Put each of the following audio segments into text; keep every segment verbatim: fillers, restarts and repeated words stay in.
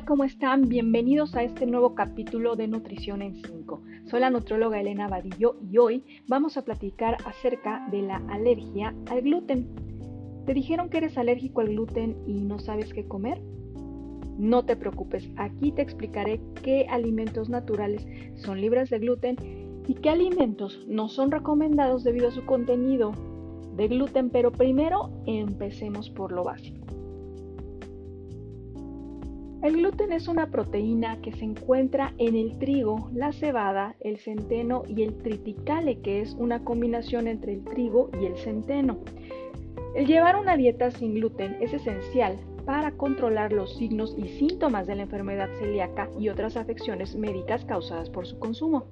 Hola, ¿cómo están? Bienvenidos a este nuevo capítulo de Nutrición en cinco. Soy la nutrióloga Elena Vadillo y hoy vamos a platicar acerca de la alergia al gluten. ¿Te dijeron que eres alérgico al gluten y no sabes qué comer? No te preocupes, aquí te explicaré qué alimentos naturales son libres de gluten y qué alimentos no son recomendados debido a su contenido de gluten, pero primero empecemos por lo básico. El gluten es una proteína que se encuentra en el trigo, la cebada, el centeno y el triticale, que es una combinación entre el trigo y el centeno. El llevar una dieta sin gluten es esencial para controlar los signos y síntomas de la enfermedad celíaca y otras afecciones médicas causadas por su consumo.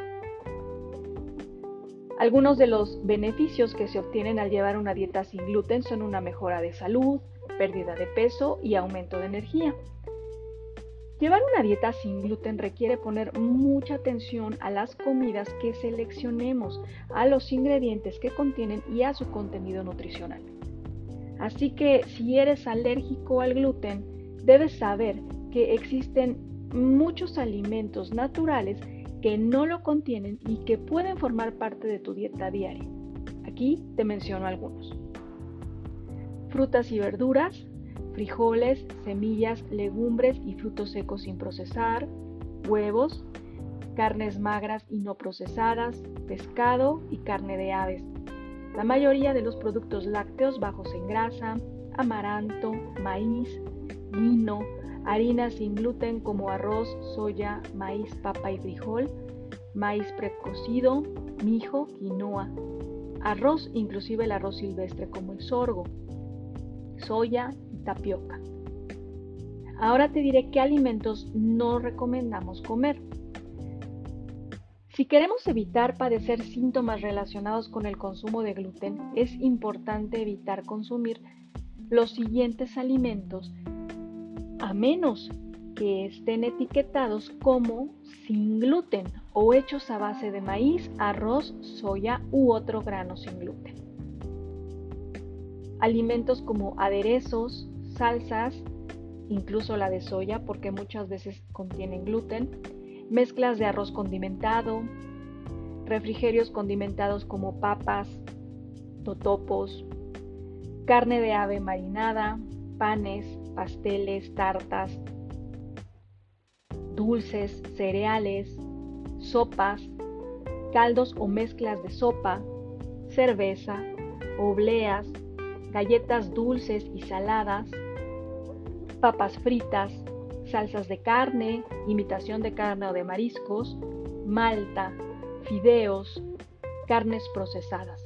Algunos de los beneficios que se obtienen al llevar una dieta sin gluten son una mejora de salud, pérdida de peso y aumento de energía. Llevar una dieta sin gluten requiere poner mucha atención a las comidas que seleccionemos, a los ingredientes que contienen y a su contenido nutricional. Así que si eres alérgico al gluten, debes saber que existen muchos alimentos naturales que no lo contienen y que pueden formar parte de tu dieta diaria. Aquí te menciono algunos. Frutas y verduras, frijoles, semillas, legumbres y frutos secos sin procesar, huevos, carnes magras y no procesadas, pescado y carne de aves. La mayoría de los productos lácteos bajos en grasa, amaranto, maíz, lino, harinas sin gluten como arroz, soya, maíz, papa y frijol, maíz precocido, mijo, quinoa, arroz, inclusive el arroz silvestre como el sorgo, soya y tapioca. Ahora te diré qué alimentos no recomendamos comer. Si queremos evitar padecer síntomas relacionados con el consumo de gluten, es importante evitar consumir los siguientes alimentos, a menos que estén etiquetados como sin gluten o hechos a base de maíz, arroz, soya u otro grano sin gluten. Alimentos como aderezos, salsas, incluso la de soya porque muchas veces contienen gluten, mezclas de arroz condimentado, refrigerios condimentados como papas, totopos, carne de ave marinada, panes, pasteles, tartas, dulces, cereales, sopas, caldos o mezclas de sopa, cerveza, obleas, galletas dulces y saladas, papas fritas, salsas de carne, imitación de carne o de mariscos, malta, fideos, carnes procesadas.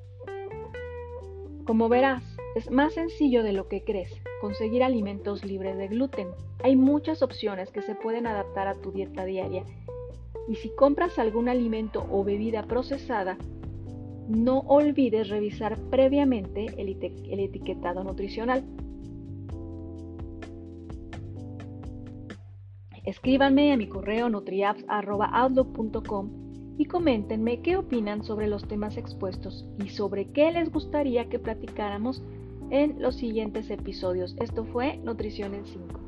Como verás, es más sencillo de lo que crees conseguir alimentos libres de gluten. Hay muchas opciones que se pueden adaptar a tu dieta diaria. Y si compras algún alimento o bebida procesada, no olvides revisar previamente el, el etiquetado nutricional. Escríbanme a mi correo nutriapps arroba outlook punto com y coméntenme qué opinan sobre los temas expuestos y sobre qué les gustaría que platicáramos en los siguientes episodios. Esto fue Nutrición en cinco.